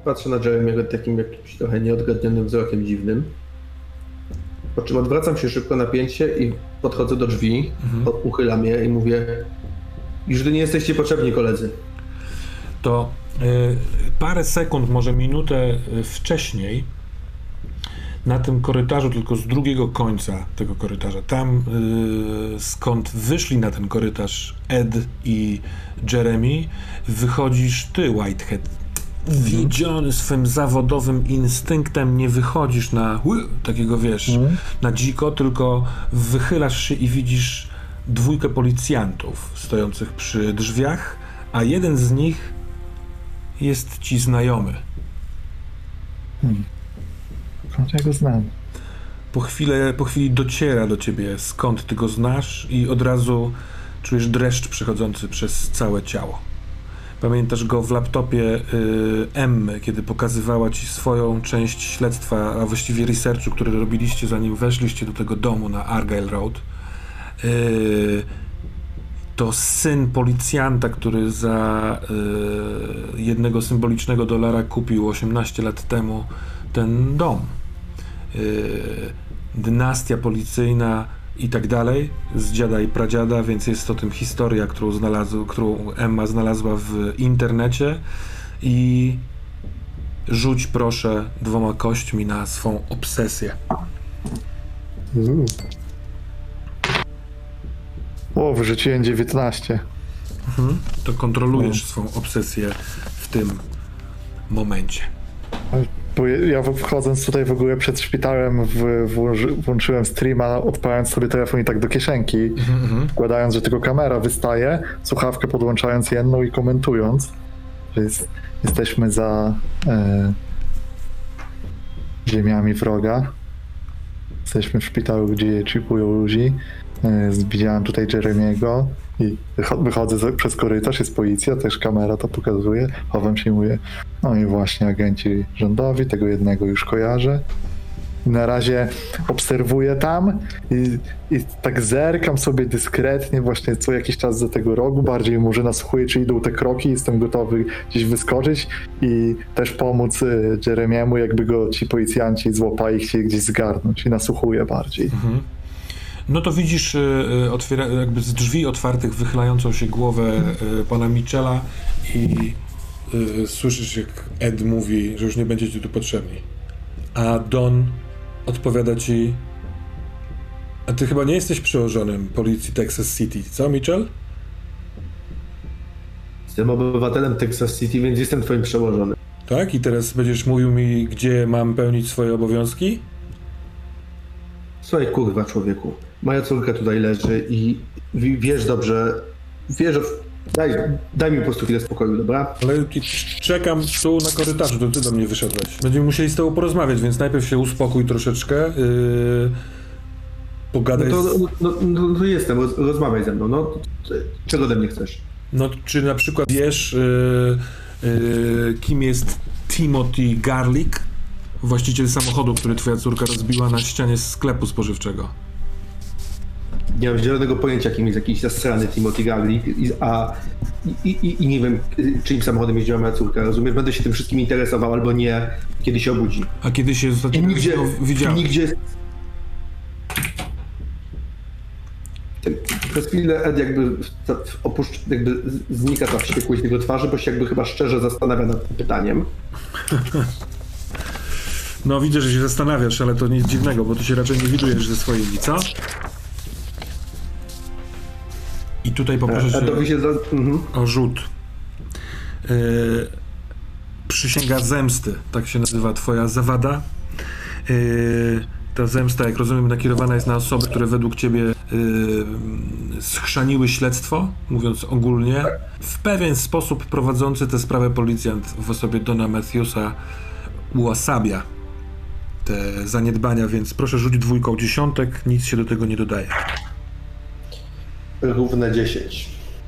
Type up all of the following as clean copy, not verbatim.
patrzę na Jeremy'ego takim jakimś trochę nieodgadnionym wzrokiem dziwnym. Po czym odwracam się szybko na pięcie i podchodzę do drzwi, uchylam je i mówię: już nie jesteście potrzebni, koledzy. To parę sekund, może minutę wcześniej, na tym korytarzu, tylko z drugiego końca tego korytarza, tam skąd wyszli na ten korytarz Ed i Jeremy, wychodzisz ty, Whitehead. Wiedziony swym zawodowym instynktem, nie wychodzisz na takiego, wiesz, na dziko, tylko wychylasz się i widzisz dwójkę policjantów stojących przy drzwiach, a jeden z nich jest ci znajomy. Ja go znam. Po chwili dociera do ciebie, skąd ty go znasz, i od razu czujesz dreszcz przechodzący przez całe ciało. Pamiętasz go w laptopie Emmy, kiedy pokazywała ci swoją część śledztwa, a właściwie researchu, który robiliście, zanim weszliście do tego domu na Argyle Road. To syn policjanta, który za jednego symbolicznego dolara kupił 18 lat temu ten dom. Dynastia policyjna i tak dalej, z dziada i pradziada, więc jest to tym historia, którą Emma znalazła w internecie. I rzuć proszę 2 kośćmi na swą obsesję. Wyrzuciłem 19. To kontrolujesz swą obsesję w tym momencie. Bo ja wchodząc tutaj w ogóle przed szpitalem włączyłem streama, odpalając sobie telefon i tak do kieszenki, wkładając, że tylko kamera wystaje, słuchawkę podłączając jedną i komentując, że jesteśmy za ziemiami wroga. Jesteśmy w szpitalu, gdzie chipują ludzi. Widziałem tutaj Jeremiego i wychodzę przez korytarz, jest policja, też kamera to pokazuje, chowam się i mówię: no i właśnie agenci rządowi, tego jednego już kojarzę. I na razie obserwuję tam i tak zerkam sobie dyskretnie właśnie co jakiś czas za tego rogu, bardziej może nasłuchuję, czy idą te kroki, jestem gotowy gdzieś wyskoczyć i też pomóc Jeremiemu, jakby go ci policjanci złapali i chcieli gdzieś zgarnąć, i nasłuchuję bardziej. No to widzisz jakby z drzwi otwartych wychylającą się głowę pana Mitchella i słyszysz, jak Ed mówi, że już nie będziecie tu potrzebni. A Don odpowiada ci: a ty chyba nie jesteś przełożonym policji Texas City, co, Mitchell? Jestem obywatelem Texas City, więc jestem twoim przełożonym. Tak? I teraz będziesz mówił mi, gdzie mam pełnić swoje obowiązki? Słuchaj, kurwa, człowieku. Moja córka tutaj leży i wiesz dobrze, daj mi po prostu chwilę spokoju, dobra? Ale czekam tu na korytarzu, to ty do mnie wyszedłeś. Będziemy musieli z tobą porozmawiać, więc najpierw się uspokój troszeczkę. Pogadaj No to jestem, rozmawiaj ze mną, no. Czego ode mnie chcesz? No, czy na przykład wiesz, kim jest Timothy Garlick? Właściciel samochodu, który twoja córka rozbiła na ścianie sklepu spożywczego. Nie mam zielonego pojęcia, kim jest jakiś zasrany Timothy Garlick i nie wiem, czyim samochodem jeździła moja córka, rozumiesz? Będę się tym wszystkim interesował albo nie, kiedy się obudzi. A kiedy się widziałem? Nigdzie... Przez chwilę Ed jakby znika ta wściekłość z jego twarzy, bo się jakby chyba szczerze zastanawia nad tym pytaniem. No widzę, że się zastanawiasz, ale to nic dziwnego, bo ty się raczej nie widujesz ze swoimi, co? I tutaj poproszę cię o rzut. Przysięga zemsty, tak się nazywa twoja zawada. Ta zemsta, jak rozumiem, nakierowana jest na osoby, które według ciebie schrzaniły śledztwo, mówiąc ogólnie. W pewien sposób prowadzący tę sprawę policjant w osobie Dona Matthewsa uosabia te zaniedbania, więc proszę rzuć 2 dziesiątek, nic się do tego nie dodaje. Równe 10.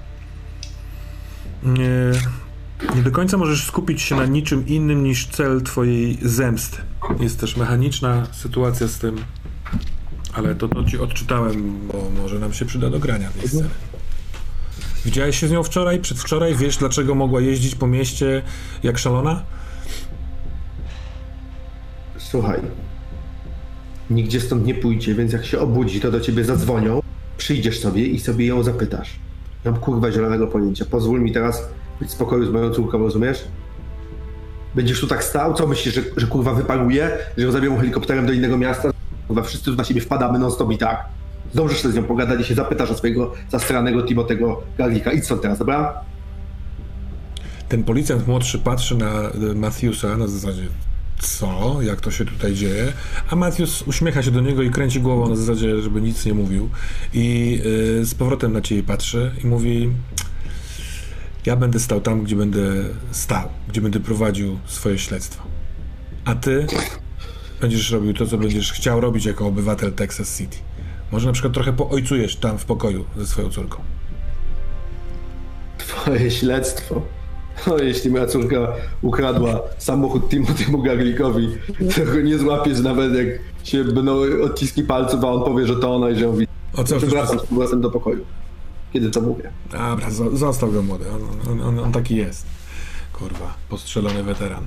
Nie do końca możesz skupić się na niczym innym niż cel twojej zemsty. Jest też mechaniczna sytuacja z tym, ale to ci odczytałem, bo może nam się przyda do grania tej sceny. Widziałeś się z nią wczoraj, przedwczoraj? Wiesz, dlaczego mogła jeździć po mieście jak szalona? słuchaj, nigdzie stąd nie pójdzie, więc jak się obudzi, to do ciebie zadzwonią, przyjdziesz sobie i sobie ją zapytasz. Nie mam kurwa zielonego pojęcia. Pozwól mi teraz być w spokoju z moją córką, rozumiesz? Będziesz tu tak stał? Co myślisz, że kurwa wyparuje? Że ją zabiorą helikopterem do innego miasta? Kurwa, wszyscy tu na siebie wpadamy non-stop i tak. Zdążysz sobie z nią pogadać i się zapytasz o swojego zastranego Timotego Garlika. Idź stąd teraz, dobra? Ten policjant młodszy patrzy na Matthewsa na zasadzie co? Jak to się tutaj dzieje? A Matthews uśmiecha się do niego i kręci głową na zasadzie, żeby nic nie mówił. I z powrotem na ciebie patrzy i mówi: ja będę stał tam, gdzie będę stał, gdzie będę prowadził swoje śledztwo. A ty będziesz robił to, co będziesz chciał robić jako obywatel Texas City. Może na przykład trochę poojcujesz tam w pokoju ze swoją córką. Twoje śledztwo. No, jeśli moja córka ukradła samochód Timothy'emu Garlikowi, to go nie złapiesz nawet jak się będą odciski palców, a on powie, że to ona i że ją widzi. O co? Wracam z powrotem do pokoju. Kiedy to mówię? Dobra, został go młody. On taki jest. Kurwa, postrzelony weteran.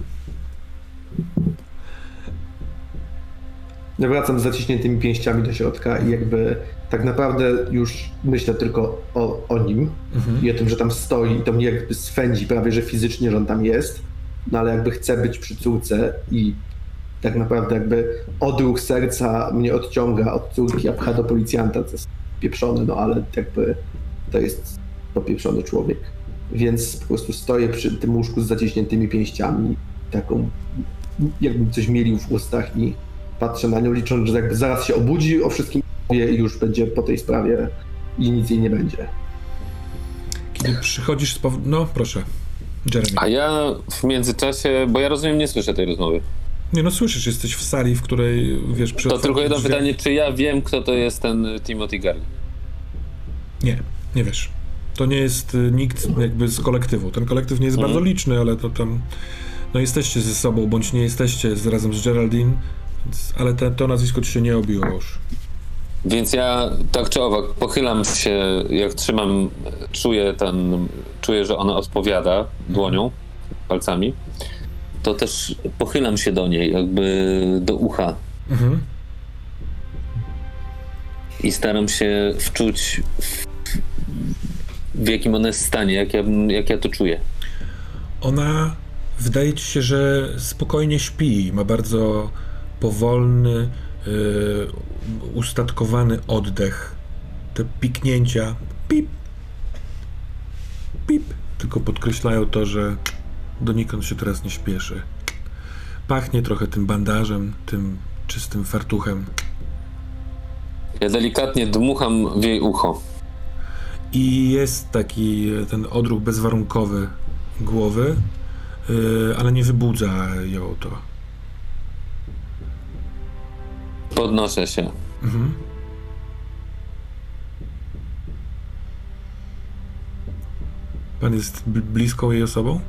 Ja wracam z zaciśniętymi pięściami do środka i jakby tak naprawdę już myślę tylko o nim i o tym, że tam stoi i to mnie jakby swędzi prawie, że fizycznie, że on tam jest, no ale jakby chcę być przy córce i tak naprawdę jakby odruch serca mnie odciąga od córki, a pcha do policjanta, co jest pieprzony, no ale jakby to jest popieprzony człowiek. Więc po prostu stoję przy tym łóżku z zaciśniętymi pięściami, taką jakbym coś mielił w ustach i patrzę na nią, licząc, że jakby zaraz się obudzi, o wszystkim powie i już będzie po tej sprawie i nic jej nie będzie. Kiedy przychodzisz z no proszę, Jeremy. A ja w międzyczasie, bo ja rozumiem, nie słyszę tej rozmowy. Nie no, słyszysz, jesteś w sali, w której, wiesz... To tylko jedno pytanie, czy ja wiem, kto to jest ten Timothy Garlik? Nie wiesz. To nie jest nikt jakby z kolektywu. Ten kolektyw nie jest bardzo liczny, ale to tam... No jesteście ze sobą, bądź nie jesteście razem z Geraldine, więc, ale to nazwisko ci się nie obiło już. Więc ja tak czy owak pochylam się, jak trzymam, czuję, że ona odpowiada dłonią, palcami, to też pochylam się do niej, jakby do ucha. I staram się wczuć w jakim ona jest stanie, jak ja to czuję. Ona wydaje ci się, że spokojnie śpi, ma bardzo powolny, ustatkowany oddech. Te piknięcia, pip, pip, tylko podkreślają to, że donikąd się teraz nie śpieszy. Pachnie trochę tym bandażem, tym czystym fartuchem. Ja delikatnie dmucham w jej ucho. I jest taki ten odruch bezwarunkowy głowy, ale nie wybudza ją to. Podnoszę się. Pan jest bliską jej osobą?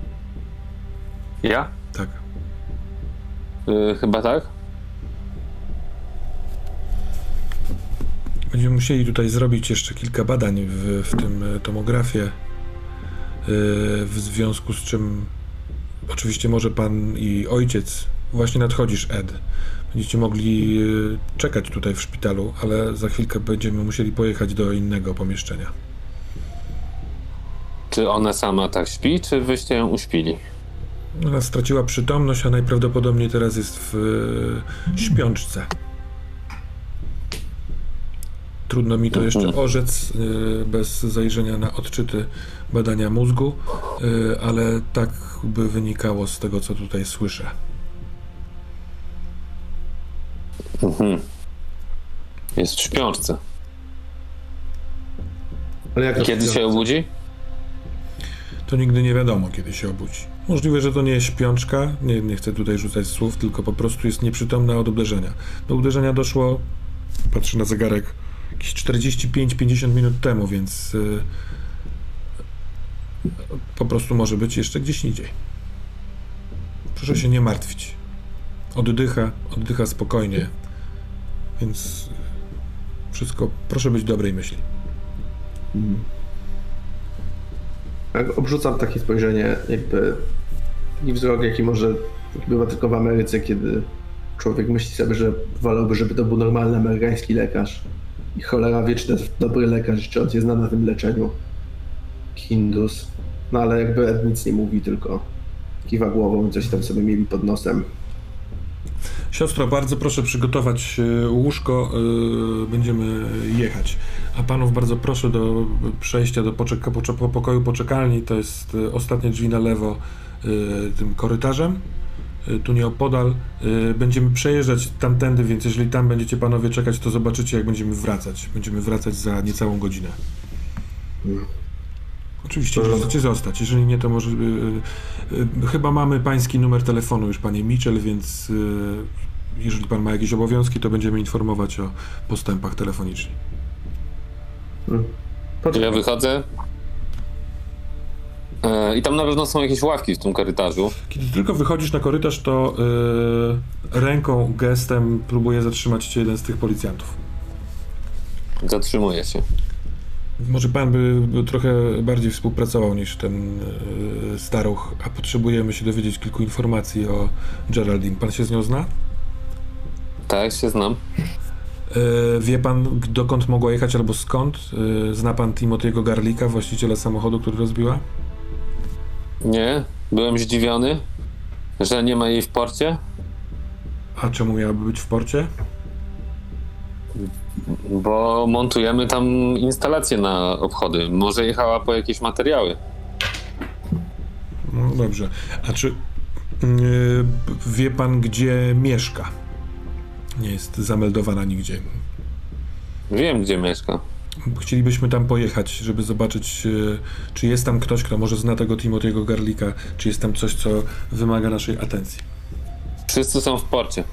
Ja? Tak. Chyba tak? Będziemy musieli tutaj zrobić jeszcze kilka badań w tym tomografię, w związku z czym oczywiście może pan i ojciec, właśnie nadchodzisz, Ed. Będziecie mogli czekać tutaj w szpitalu, ale za chwilkę będziemy musieli pojechać do innego pomieszczenia. Czy ona sama tak śpi, czy wyście ją uśpili? Ona straciła przytomność, a najprawdopodobniej teraz jest w śpiączce. Trudno mi to jeszcze orzec bez zajrzenia na odczyty badania mózgu, ale tak by wynikało z tego, co tutaj słyszę. Jest w śpiączce. Ale jak to Kiedy się obudzi? To nigdy nie wiadomo, kiedy się obudzi. Możliwe, że to nie jest śpiączka, nie chcę tutaj rzucać słów, tylko po prostu jest nieprzytomna od uderzenia. Do uderzenia doszło, patrzę na zegarek, jakieś 45-50 minut temu, więc po prostu może być jeszcze gdzieś indziej. Proszę się nie martwić. Oddycha spokojnie, więc wszystko, proszę być dobrej myśli. Jak obrzucam takie spojrzenie, jakby taki wzrok, jaki bywa tylko w Ameryce, kiedy człowiek myśli sobie, że wolałby, żeby to był normalny amerykański lekarz. I cholera wie, czy to jest dobry lekarz, czy on się zna na tym leczeniu. Hindus. No ale jakby Ed nic nie mówi, tylko kiwa głową i coś tam sobie mieli pod nosem. Siostro, bardzo proszę przygotować łóżko, będziemy jechać. A panów bardzo proszę do przejścia do pokoju poczekalni, to jest ostatnie drzwi na lewo tym korytarzem, tu nieopodal. Będziemy przejeżdżać tamtędy, więc jeżeli tam będziecie panowie czekać, to zobaczycie, jak będziemy wracać. Będziemy wracać za niecałą godzinę. Oczywiście, że chcecie zostać. Jeżeli nie, to może... chyba mamy pański numer telefonu już, panie Mitchell, więc jeżeli pan ma jakieś obowiązki, to będziemy informować o postępach telefonicznie. Ja wychodzę. I tam na pewno są jakieś ławki w tym korytarzu. Kiedy tylko wychodzisz na korytarz, to ręką, gestem próbuje zatrzymać cię jeden z tych policjantów. Zatrzymuję się. Może pan by trochę bardziej współpracował niż ten staruch, a potrzebujemy się dowiedzieć kilku informacji o Geraldine. Pan się z nią zna? Tak, się znam. Wie pan, dokąd mogła jechać albo skąd? Zna pan Timothy'ego Garlicka, właściciela samochodu, który rozbiła? Nie, byłem zdziwiony, że nie ma jej w porcie. A czemu miałaby być w porcie? Bo montujemy tam instalację na obchody. Może jechała po jakieś materiały. No dobrze. A czy wie pan, gdzie mieszka? Nie jest zameldowana nigdzie. Wiem, gdzie mieszka. Chcielibyśmy tam pojechać, żeby zobaczyć, czy jest tam ktoś, kto może zna tego Timothy'ego Garlicka, czy jest tam coś, co wymaga naszej atencji. Wszyscy są w porcie.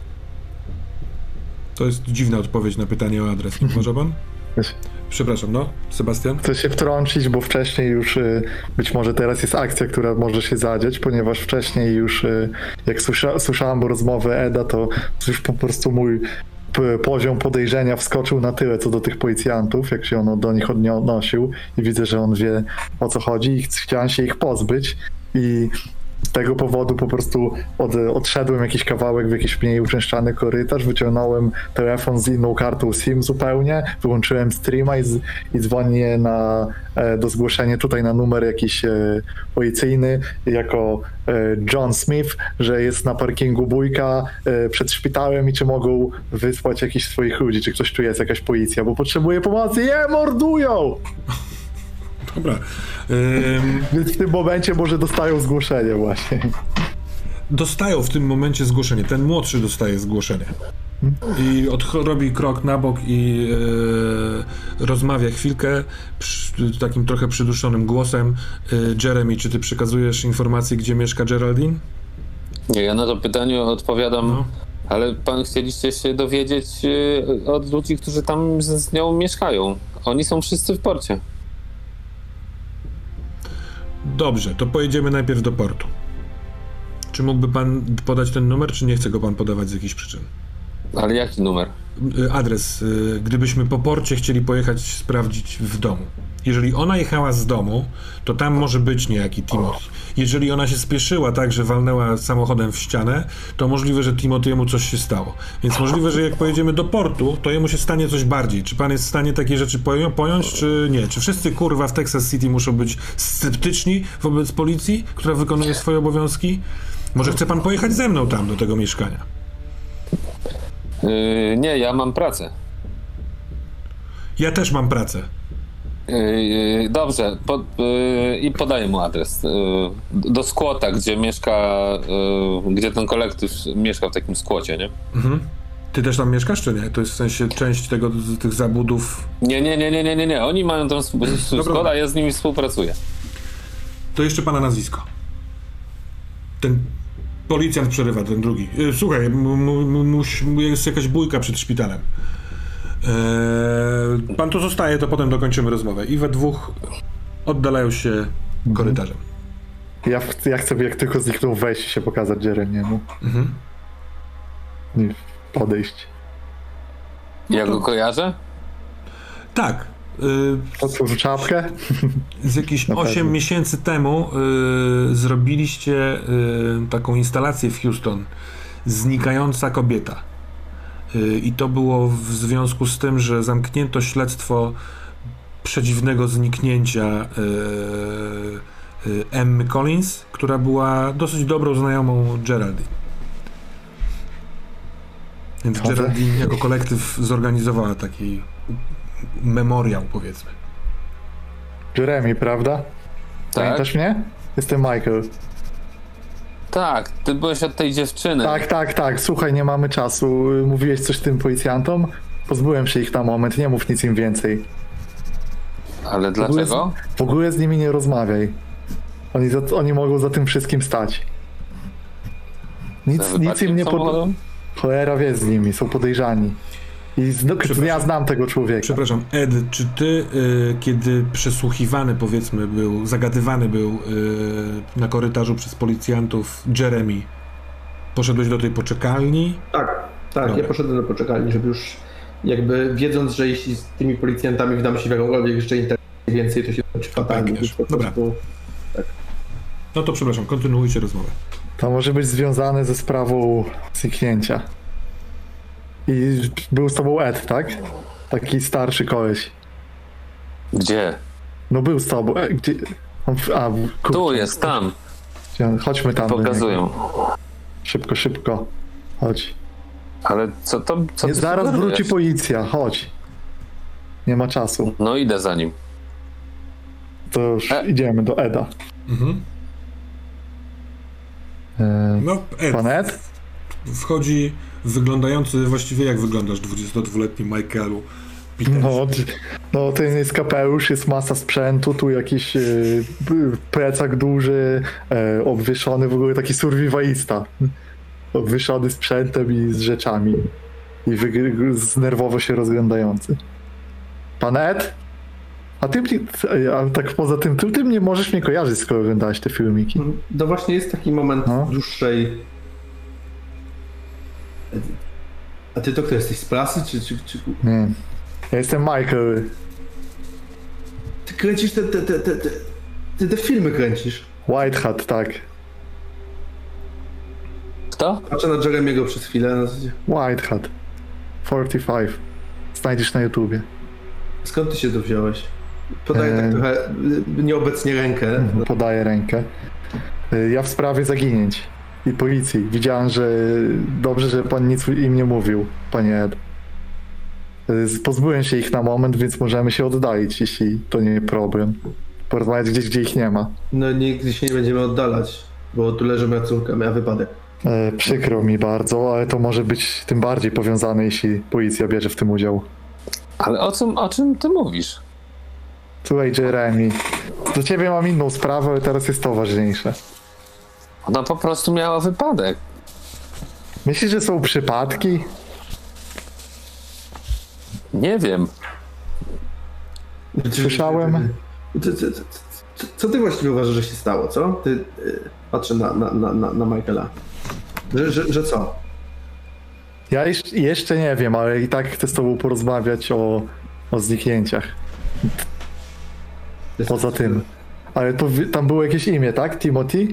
To jest dziwna odpowiedź na pytanie o adres. Nie uważa pan? Przepraszam, no, Sebastian? Chcę się wtrącić, bo wcześniej już, być może teraz jest akcja, która może się zadziać, ponieważ wcześniej już, jak słyszałem rozmowę Eda, to już po prostu mój poziom podejrzenia wskoczył na tyle co do tych policjantów, jak się on do nich odnosił i widzę, że on wie, o co chodzi i chciałem się ich pozbyć i z tego powodu po prostu odszedłem jakiś kawałek w jakiś mniej uczęszczany korytarz, wyciągnąłem telefon z inną kartą SIM zupełnie, wyłączyłem streama i dzwonię do zgłoszenia tutaj na numer jakiś policyjny jako John Smith, że jest na parkingu bójka przed szpitalem i czy mogą wysłać jakichś swoich ludzi, czy ktoś tu jest, jakaś policja, bo potrzebuje pomocy, je mordują! Dobra. Więc w tym momencie może dostają zgłoszenie właśnie. Dostają w tym momencie zgłoszenie. Ten młodszy dostaje zgłoszenie. I robi krok na bok i rozmawia chwilkę takim trochę przyduszonym głosem. Jeremy, czy ty przekazujesz informacje, gdzie mieszka Geraldine? Nie, ja na to pytanie odpowiadam, ale pan chcieliście się dowiedzieć od ludzi, którzy tam z nią mieszkają. Oni są wszyscy w porcie. Dobrze, to pojedziemy najpierw do portu. Czy mógłby pan podać ten numer, czy nie chce go pan podawać z jakichś przyczyn? Ale jaki numer? Adres. Gdybyśmy po porcie chcieli pojechać sprawdzić w domu. Jeżeli ona jechała z domu, to tam może być niejaki Timothy. Jeżeli ona się spieszyła tak, że walnęła samochodem w ścianę, to możliwe, że Timothy'emu coś się stało. Więc możliwe, że jak pojedziemy do portu, to jemu się stanie coś bardziej. Czy pan jest w stanie takie rzeczy pojąć, czy nie? Czy wszyscy kurwa w Texas City muszą być sceptyczni wobec policji, która wykonuje swoje obowiązki? Może chce pan pojechać ze mną tam do tego mieszkania? Nie, ja mam pracę. Ja też mam pracę. Dobrze, i podaję mu adres. Do skłota, gdzie mieszka, gdzie ten kolektyw mieszka w takim skłocie, nie? Mhm. Ty też tam mieszkasz, czy nie? To jest w sensie część tych zabudów... Nie. Oni mają tam swój skład, a ja z nimi współpracuję. To jeszcze pana nazwisko. Ten policjant przerywa, ten drugi. Słuchaj, jest jakaś bójka przed szpitalem. Pan tu zostaje, to potem dokończymy rozmowę. I we dwóch oddalają się korytarzem. Ja chcę, jak tylko zniknął, wejść i się pokazać Jeremiemu. I podejść. Ja go kojarzę? Tak. Otwórz czapkę. Z jakieś 8 miesięcy temu zrobiliście taką instalację w Houston znikająca kobieta. I to było w związku z tym, że zamknięto śledztwo przedziwnego zniknięcia Emmy Collins, która była dosyć dobrą znajomą Geraldine. Więc Geraldine jako kolektyw zorganizowała taki memoriał, powiedzmy. Jeremy, prawda? Tak? Pamiętasz mnie? Jestem Michael. Tak, ty byłeś od tej dziewczyny. Tak. Słuchaj, nie mamy czasu. Mówiłeś coś tym policjantom? Pozbyłem się ich na moment, nie mów nic im więcej. Ale dlaczego? W ogóle z nimi nie rozmawiaj. Oni mogą za tym wszystkim stać. Nic im nie samochodem? Cholera wie z nimi, są podejrzani. Ja znam tego człowieka. Przepraszam, Ed, czy ty, kiedy przesłuchiwany, powiedzmy, zagadywany był na korytarzu przez policjantów Jeremy, poszedłeś do tej poczekalni? Tak, Dobra. ja poszedłem do poczekalni, żeby już jakby wiedząc, że jeśli z tymi policjantami wdam się w jakąkolwiek jeszcze interakcję więcej, to się kończy fatalnie. Tak, Po dobra. prostu... No to przepraszam, kontynuujcie rozmowę. To może być związane ze sprawą zniknięcia. I był z tobą Ed, tak? Taki starszy koleś. Gdzie? No był z tobą. Gdzie? Kurczę. Tu jest, tam. Chodźmy tam. do Pokazują. niego. Szybko. Chodź. Ale co ty Zaraz sugerujesz? wróci policja, chodź. Nie ma czasu. No idę za nim. To już idziemy do Eda. Mhm. No, Ed. Pan Ed? Wchodzi wyglądający, właściwie jak wyglądasz, 22-letni Michaelu Petersie. No ten jest kapelusz, jest masa sprzętu, tu jakiś plecak duży, obwieszony, w ogóle taki survivalista. Obwieszony sprzętem i z rzeczami. I nerwowo się rozglądający. Pan Ed? A tak poza tym, ty nie możesz mnie kojarzyć, skoro oglądałeś te filmiki. No właśnie jest taki moment dłuższej... A ty to kto jesteś, z prasy, czy... Nie. Ja jestem Michael. Ty kręcisz te filmy kręcisz. White Hat, tak. Kto? Patrzę na Jeremiego przez chwilę. No, White Hat. 45. Znajdziesz na YouTubie. skąd ty się tu wziąłeś? Podaję tak trochę nieobecnie rękę. Podaję rękę. Ja w sprawie zaginięć i policji. Widziałem, że dobrze, że pan nic im nie mówił, panie Ed. Pozbyłem się ich na moment, więc możemy się oddalić, jeśli to nie problem. Porozmawiać gdzieś, gdzie ich nie ma. No nigdy się nie będziemy oddalać, bo tu leży moja córka, miała wypadek. Przykro mi bardzo, ale to może być tym bardziej powiązane, jeśli policja bierze w tym udział. Ale o czym ty mówisz? Słuchaj, Jeremy, do ciebie mam inną sprawę, ale teraz jest to ważniejsze. Ona po prostu miała wypadek. Myślisz, że są przypadki? Nie wiem. Słyszałem. Co ty właściwie uważasz, że się stało, co? Ty patrzę na Michaela. Że co? Ja jeszcze nie wiem, ale i tak chcę z tobą porozmawiać o zniknięciach. Poza tym. Ale tam było jakieś imię, tak? Timothy?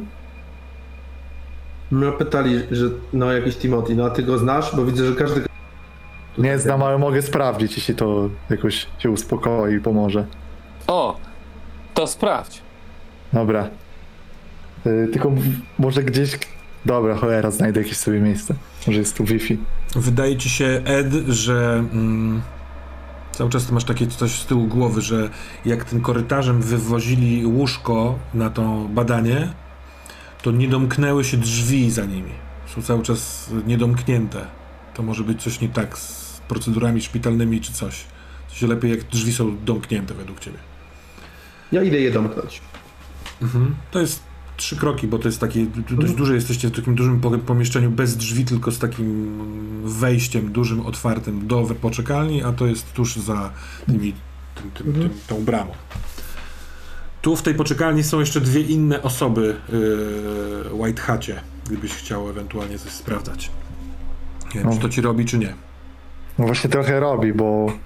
Mnie pytali, że no jakiś Timothy, no a ty go znasz? Bo widzę, że każdy... Nie znam, ale mogę sprawdzić, jeśli to jakoś się uspokoi i pomoże. O, to sprawdź. Dobra. Tylko może gdzieś... Dobra, cholera, znajdę jakieś sobie miejsce. Może jest tu Wi-Fi. Wydaje ci się, Ed, że cały czas ty masz takie coś z tyłu głowy, że jak tym korytarzem wywozili łóżko na to badanie, to nie domknęły się drzwi za nimi. Są cały czas niedomknięte. To może być coś nie tak z procedurami szpitalnymi czy coś. Coś lepiej, jak drzwi są domknięte według ciebie. Ja idę je domknąć. To jest 3 kroki, bo to jest takie, dość duże, jesteście w takim dużym pomieszczeniu bez drzwi, tylko z takim wejściem dużym, otwartym do poczekalni, a to jest tuż za tą bramą. Tu w tej poczekalni są jeszcze 2 inne osoby w White Hacie, gdybyś chciał ewentualnie coś sprawdzać. Nie wiem, czy to ci robi, czy nie. No właśnie trochę robi, bo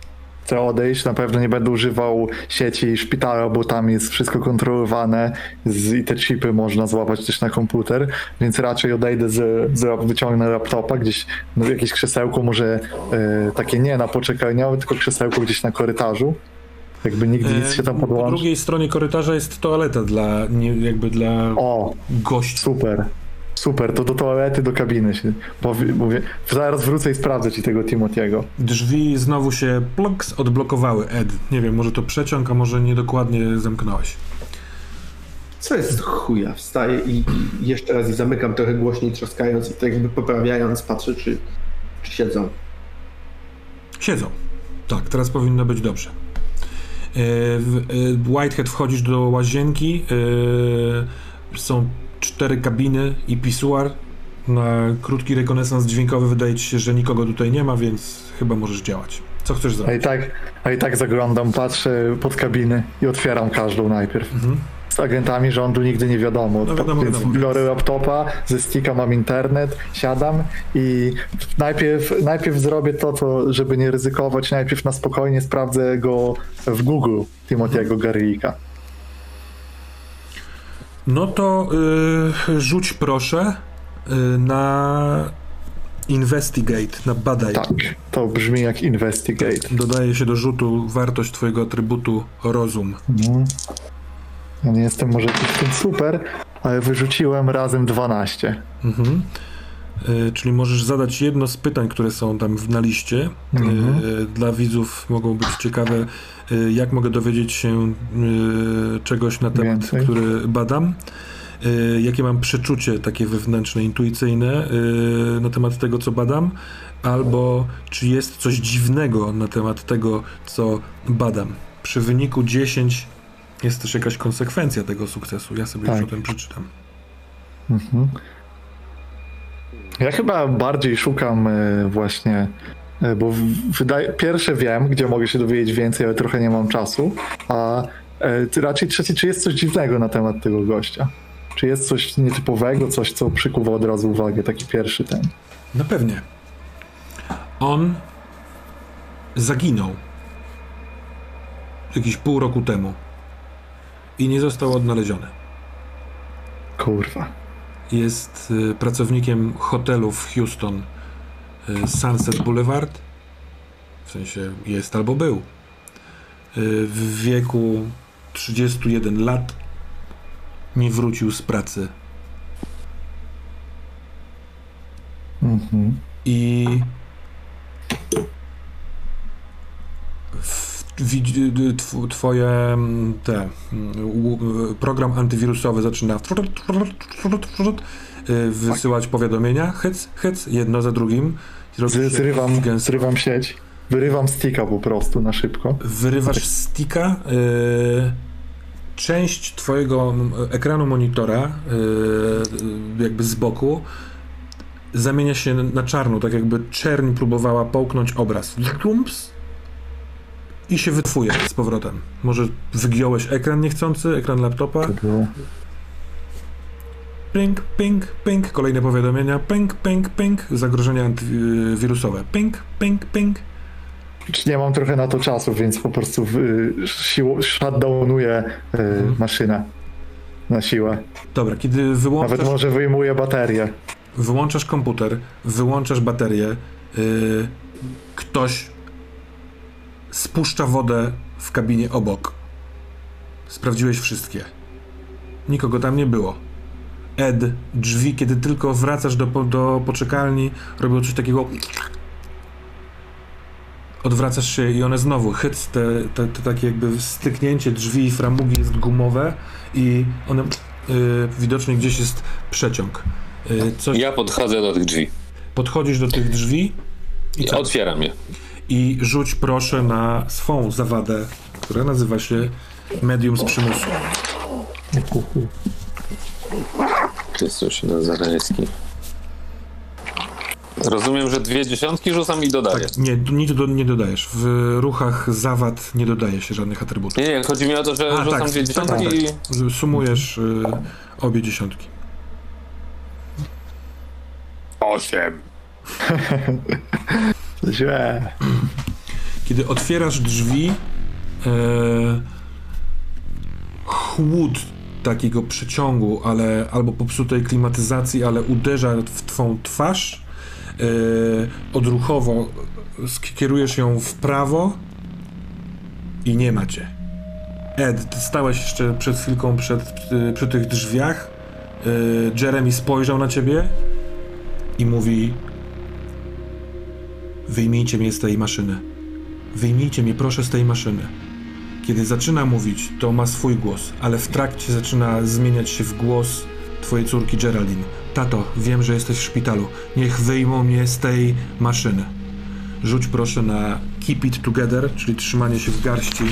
chcę odejść, na pewno nie będę używał sieci szpitala, bo tam jest wszystko kontrolowane i te chipy można złapać też na komputer, więc raczej odejdę, wyciągnę laptopa gdzieś, no, jakieś krzesełko, może takie nie na poczekalniały, tylko krzesełko gdzieś na korytarzu. Jakby nigdy nic się tam Po podłączy. drugiej stronie korytarza jest toaleta dla gości. Super, to do toalety, do kabiny się. Mówię, zaraz wrócę i sprawdzę ci tego Timothy'ego. Drzwi znowu się odblokowały, Ed. Nie wiem, może to przeciąg, a może niedokładnie zamknąłeś. Co jest chuja? Wstaję i jeszcze raz ich zamykam trochę głośniej, trzaskając i tak jakby poprawiając, patrzę, czy siedzą. Siedzą. Tak, teraz powinno być dobrze. Whitehead, wchodzisz do łazienki. Są 4 kabiny i pisuar. Na krótki rekonesans dźwiękowy wydaje ci się, że nikogo tutaj nie ma, więc chyba możesz działać. Co chcesz zrobić? A i tak zaglądam, patrzę pod kabiny i otwieram każdą najpierw. Z agentami rządu nigdy nie wiadomo. No wiadomo. Biorę laptopa, ze sticka mam internet, siadam i najpierw zrobię to, żeby nie ryzykować, najpierw na spokojnie sprawdzę go w Google, Timothy'ego Garricka. No to rzuć proszę na investigate, na badaj. Tak, to brzmi jak investigate. Dodaje się do rzutu wartość twojego atrybutu rozum. Ja nie jestem może w tym super, ale wyrzuciłem razem 12. Czyli możesz zadać jedno z pytań, które są tam na liście. Dla widzów mogą być ciekawe, jak mogę dowiedzieć się czegoś na temat, który badam. Jakie mam przeczucie takie wewnętrzne, intuicyjne na temat tego, co badam, albo czy jest coś dziwnego na temat tego, co badam. Przy wyniku 10 jest też jakaś konsekwencja tego sukcesu. Ja sobie już o tym przeczytam. Ja chyba bardziej szukam właśnie, bo pierwsze wiem, gdzie mogę się dowiedzieć więcej, ale trochę nie mam czasu, a raczej trzeci, czy jest coś dziwnego na temat tego gościa? Czy jest coś nietypowego, coś, co przykuwa od razu uwagę, taki pierwszy ten? No pewnie. On zaginął jakieś pół roku temu i nie został odnaleziony. Kurwa. Jest pracownikiem hotelu w Houston, Sunset Boulevard. W sensie jest albo był. W wieku 31 lat nie wrócił z pracy. I twoje program antywirusowy zaczyna wysyłać powiadomienia, hyc, jedno za drugim. Zrywam sieć, wyrywam sticka po prostu na szybko. Wyrywasz sticka, część twojego ekranu monitora, jakby z boku, zamienia się na czarno, tak jakby czerń próbowała połknąć obraz. I się wytwuje z powrotem. Może wygiąłeś ekran niechcący, ekran laptopa. Ping, ping, ping. Kolejne powiadomienia. Ping, ping, ping. Zagrożenia antywirusowe. Ping, ping, ping. Nie mam trochę na to czasu, więc po prostu shutdownuję maszynę na siłę. Dobra, kiedy wyłączasz... Nawet może wyjmuję baterię. Wyłączasz komputer, wyłączasz baterię, ktoś spuszcza wodę w kabinie obok. Sprawdziłeś wszystkie. Nikogo tam nie było. Ed, drzwi, kiedy tylko wracasz do poczekalni, robią coś takiego... Odwracasz się i one znowu, hyc, te takie jakby styknięcie drzwi i framugi jest gumowe i one... widocznie gdzieś jest przeciąg. Ja podchodzę do tych drzwi. Podchodzisz do tych drzwi i co? Otwieram je. I rzuć proszę na swą zawadę, która nazywa się medium z przymusu. To jest coś na Zarejski. Rozumiem, że 2 dziesiątki rzucam i dodaję. Tak, nie dodajesz. W ruchach zawad nie dodaje się żadnych atrybutów. Nie, chodzi mi o to, że rzucam 2 dziesiątki i... Sumujesz obie dziesiątki. 8. Źle. Kiedy otwierasz drzwi, chłód takiego przeciągu, albo popsutej klimatyzacji, ale uderza w twą twarz. Odruchowo kierujesz ją w prawo i nie ma cię. Ed, ty stałeś jeszcze przed chwilką przy tych drzwiach. Jeremy spojrzał na ciebie i mówi: wyjmijcie mnie z tej maszyny. Wyjmijcie mnie proszę z tej maszyny. Kiedy zaczyna mówić, to ma swój głos, ale w trakcie zaczyna zmieniać się w głos twojej córki Geraldine. Tato, wiem, że jesteś w szpitalu. Niech wyjmą mnie z tej maszyny. Rzuć proszę na keep it together, czyli trzymanie się w garści.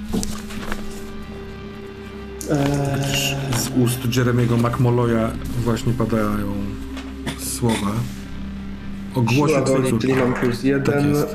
Z ust Jeremy'ego McMolloya właśnie padają słowa. Ogłosił twojej córki. Czyli mam plus 1. Tak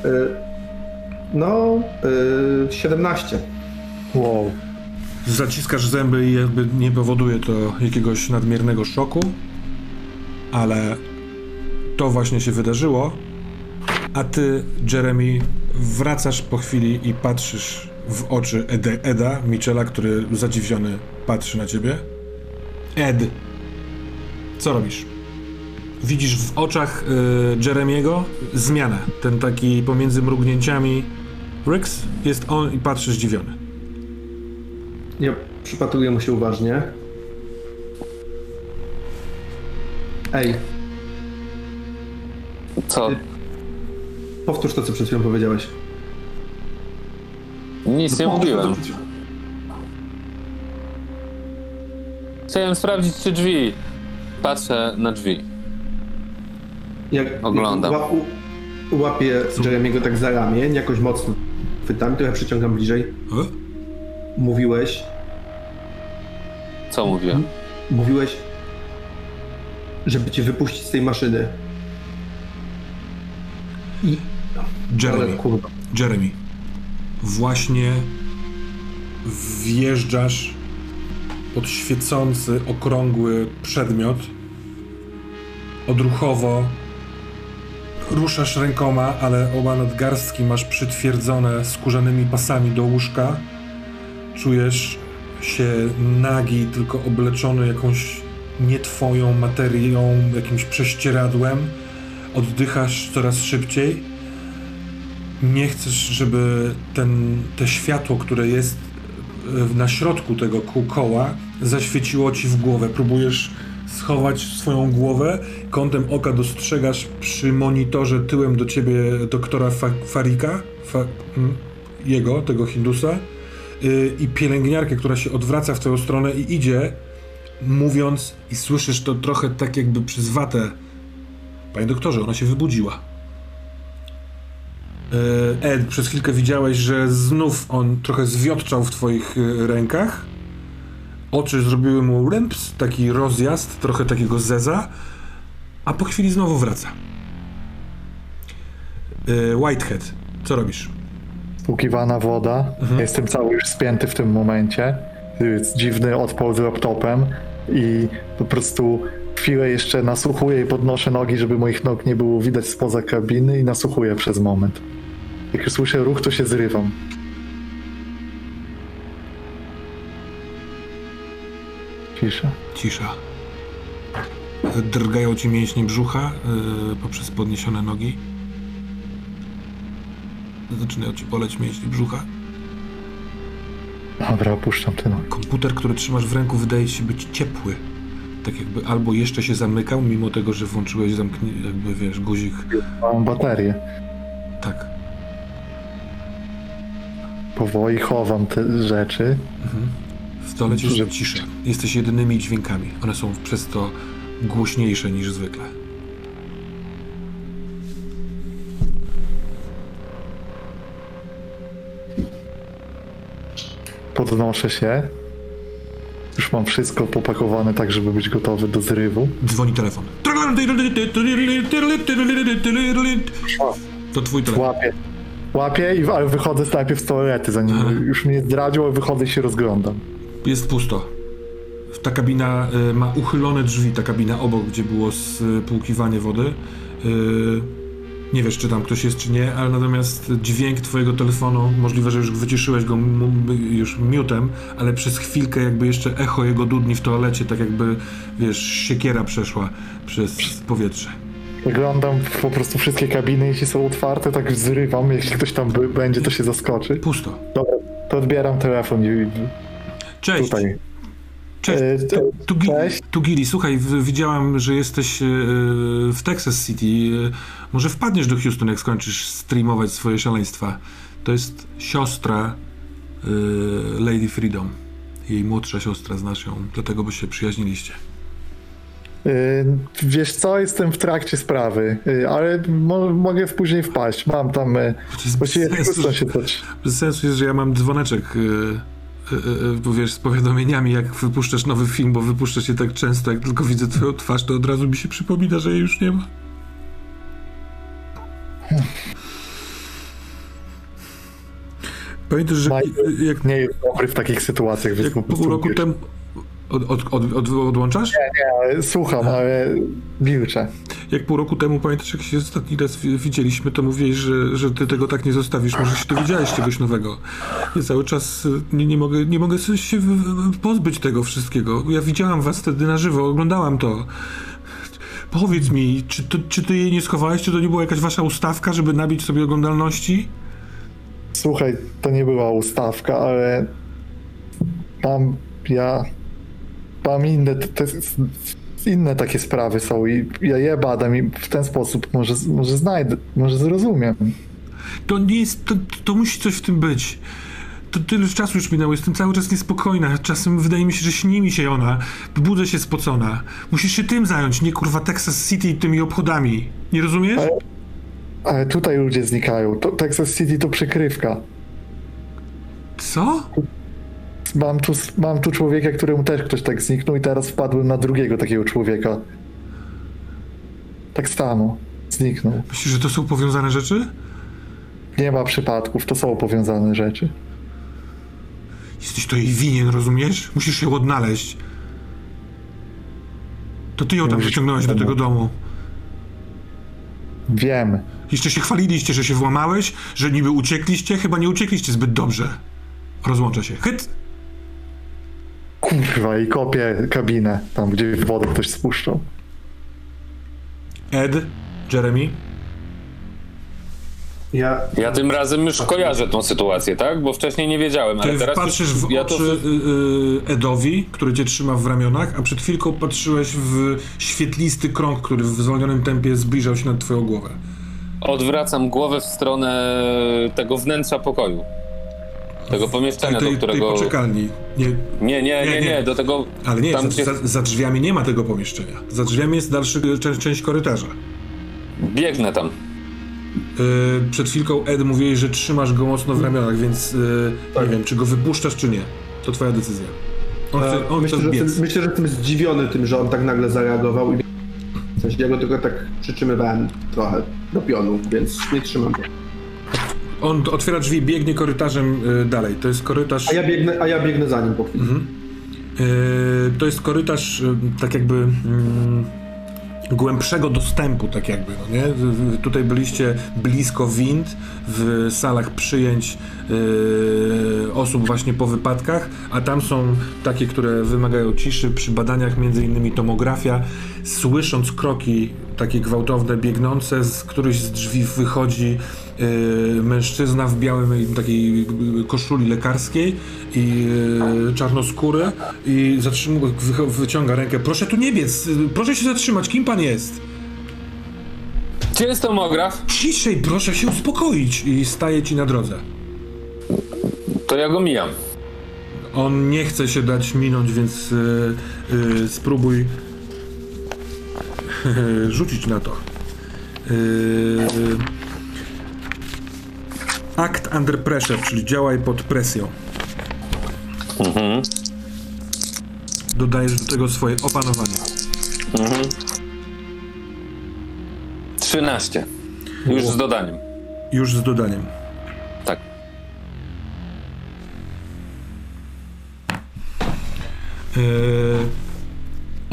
17. Wow. Zaciskasz zęby i jakby nie powoduje to jakiegoś nadmiernego szoku, ale to właśnie się wydarzyło, a ty, Jeremy, wracasz po chwili i patrzysz w oczy Eda Mitchella, który zadziwiony patrzy na ciebie. Ed, co robisz? Widzisz w oczach Jeremiego zmianę, ten taki pomiędzy mrugnięciami. Rix, jest on i patrzy zdziwiony. Ja przypatruję mu się uważnie. Ej, Co? powtórz to, co przed chwilą powiedziałeś. Nic nie Powtórz to, mówiłem. co przed chwilą- Chciałem sprawdzić, czy drzwi. Patrzę na drzwi. Jak Oglądam. Łapię Jeremiego tak za ramię, nie jakoś mocno chwytam, trochę przyciągam bliżej. Mówiłeś, Co mówiłem? żeby cię wypuścić z tej maszyny. I... Ale kurwa. Jeremy, właśnie wjeżdżasz pod świecący, okrągły przedmiot. Odruchowo ruszasz rękoma, ale oba nadgarstki masz przytwierdzone skórzanymi pasami do łóżka. Czujesz się nagi, tylko obleczony jakąś nie twoją materią, jakimś prześcieradłem. Oddychasz coraz szybciej. Nie chcesz, żeby te światło, które jest na środku tego koła, zaświeciło ci w głowę. Próbujesz schować swoją głowę, kątem oka dostrzegasz przy monitorze tyłem do ciebie doktora Farika, tego Hindusa, i pielęgniarkę, która się odwraca w twoją stronę i idzie, mówiąc, i słyszysz to trochę tak jakby przez watę: panie doktorze, ona się wybudziła. Ed, przez chwilkę widziałeś, że znów on trochę zwiotczał w twoich rękach. Oczy zrobiły mu rymps, taki rozjazd, trochę takiego zeza, a po chwili znowu wraca. Whitehead, co robisz? Spłukiwana woda. Jestem cały już spięty w tym momencie. Jest dziwny odpał z laptopem i po prostu chwilę jeszcze nasłuchuję i podnoszę nogi, żeby moich nog nie było widać spoza kabiny, i nasłuchuję przez moment. Jak już słyszę ruch, to się zrywam. Cisza. Cisza. Drgają ci mięśnie brzucha poprzez podniesione nogi. Zaczynają ci boleć mięśnie brzucha. Dobra, opuszczam te nogi. Komputer, który trzymasz w ręku, wydaje się być ciepły. Tak jakby albo jeszcze się zamykał, mimo tego, że włączyłeś jakby wiesz, guzik. Mam baterię. Tak. Powoli chowam te rzeczy. W toalecie jest cisza. Jesteś jedynymi dźwiękami. One są przez to głośniejsze niż zwykle. Podnoszę się. Już mam wszystko popakowane tak, żeby być gotowy do zrywu. Dzwoni telefon. To twój telefon. Łapię, ale wychodzę najpierw z toalety, zanim już mnie zdradził, ale wychodzę i się rozglądam. Jest pusto. Ta kabina ma uchylone drzwi, ta kabina obok, gdzie było spłukiwanie wody. Nie wiesz, czy tam ktoś jest, czy nie, ale natomiast dźwięk twojego telefonu, możliwe, że już wyciszyłeś go już mutem, ale przez chwilkę jakby jeszcze echo jego dudni w toalecie, tak jakby, wiesz, siekiera przeszła przez powietrze. Wyglądam po prostu wszystkie kabiny, jeśli są otwarte, tak zrywam, jeśli ktoś tam będzie, to się zaskoczy. Pusto. Dobra, to odbieram telefon i Cześć. tutaj. Cześć. Cześć. Tu Gili, słuchaj, widziałam, że jesteś w Texas City. Może wpadniesz do Houston, jak skończysz streamować swoje szaleństwa. To jest siostra Lady Freedom. Jej młodsza siostra, znasz ją, dlatego by się przyjaźniliście. Wiesz co, jestem w trakcie sprawy, ale mogę później wpaść. Mam tam. Właściwie Bez sensu jest, że ja mam dzwoneczek. Bo wiesz, z powiadomieniami, jak wypuszczasz nowy film, bo wypuszczasz je tak często, jak tylko widzę twoją twarz, to od razu mi się przypomina, że jej już nie ma. Pamiętasz, że jak nie jest dobry w takich sytuacjach, więc jak pół roku temu... Odłączasz? Nie, słucham, ale milczę. Jak pół roku temu, pamiętasz, jak się ostatni raz widzieliśmy, to mówiłeś, że ty tego tak nie zostawisz, może się dowiedziałeś czegoś nowego. Ja cały czas nie mogę się pozbyć tego wszystkiego. Ja widziałam was wtedy na żywo, oglądałam to. Powiedz mi, czy ty jej nie schowałeś? Czy to nie była jakaś wasza ustawka, żeby nabić sobie oglądalności? Słuchaj, to nie była ustawka, ale mam inne takie sprawy są i ja je badam i w ten sposób może znajdę, może zrozumiem. To nie jest, to musi coś w tym być. To tyle czasu już minęło, jestem cały czas niespokojna. Czasem wydaje mi się, że śni mi się ona. Budzę się spocona. Musisz się tym zająć, nie kurwa Texas City i tymi obchodami. Nie rozumiesz? Ale tutaj ludzie znikają. Texas City to przykrywka. Co? Mam tu człowieka, któremu też ktoś tak zniknął i teraz wpadłem na drugiego takiego człowieka. Tak samo. Zniknął. Myślisz, że to są powiązane rzeczy? Nie ma przypadków, to są powiązane rzeczy. Jesteś to jej winien, rozumiesz? Musisz ją odnaleźć. To ty ją tam wyciągnąłeś do tego domu. Wiem. Jeszcze się chwaliliście, że się włamałeś, że niby uciekliście. Chyba nie uciekliście zbyt dobrze. Rozłącza się. Hyt! Kurwa, i kopię kabinę, tam gdzie wodę ktoś spuszczał. Ed, Jeremy? Ja tym razem już kojarzę tą sytuację, tak? Bo wcześniej nie wiedziałem, ale Ty teraz patrzysz w oczy Edowi, który cię trzyma w ramionach, a przed chwilką patrzyłeś w świetlisty krąg, który w zwolnionym tempie zbliżał się nad twoją głowę. Odwracam głowę w stronę tego wnętrza pokoju. Tego pomieszczenia, do którego... Tej poczekalni. Nie, do tego... Ale nie, tam, za drzwiami nie ma tego pomieszczenia. Za drzwiami jest dalsza część korytarza. Biegnę tam. Przed chwilką Ed mówiłeś, że trzymasz go mocno w ramionach, więc nie wiem, czy go wypuszczasz, czy nie. To twoja decyzja. Myślę, że jestem zdziwiony tym, że on tak nagle zareagował i w sensie ja go tylko tak przytrzymywałem trochę do pionu, więc nie trzymam go. On otwiera drzwi, biegnie korytarzem dalej. To jest korytarz... A ja biegnę za nim po chwili. To jest korytarz tak jakby głębszego dostępu, tak jakby, no nie? Tutaj byliście blisko wind, w salach przyjęć osób właśnie po wypadkach, a tam są takie, które wymagają ciszy, przy badaniach między innymi tomografia. Słysząc kroki takie gwałtowne, biegnące, z któryś z drzwi wychodzi mężczyzna w białej takiej koszuli lekarskiej i czarnoskóry i wyciąga rękę. Proszę tu nie biec, proszę się zatrzymać, kim pan jest? Gdzie jest tomograf? Ciszej, proszę się uspokoić i staje ci na drodze. To ja go mijam. On nie chce się dać minąć, więc spróbuj rzucić na to. Act under pressure, czyli działaj pod presją. Dodajesz do tego swoje opanowanie. 13. Już z dodaniem. Już z dodaniem. Tak.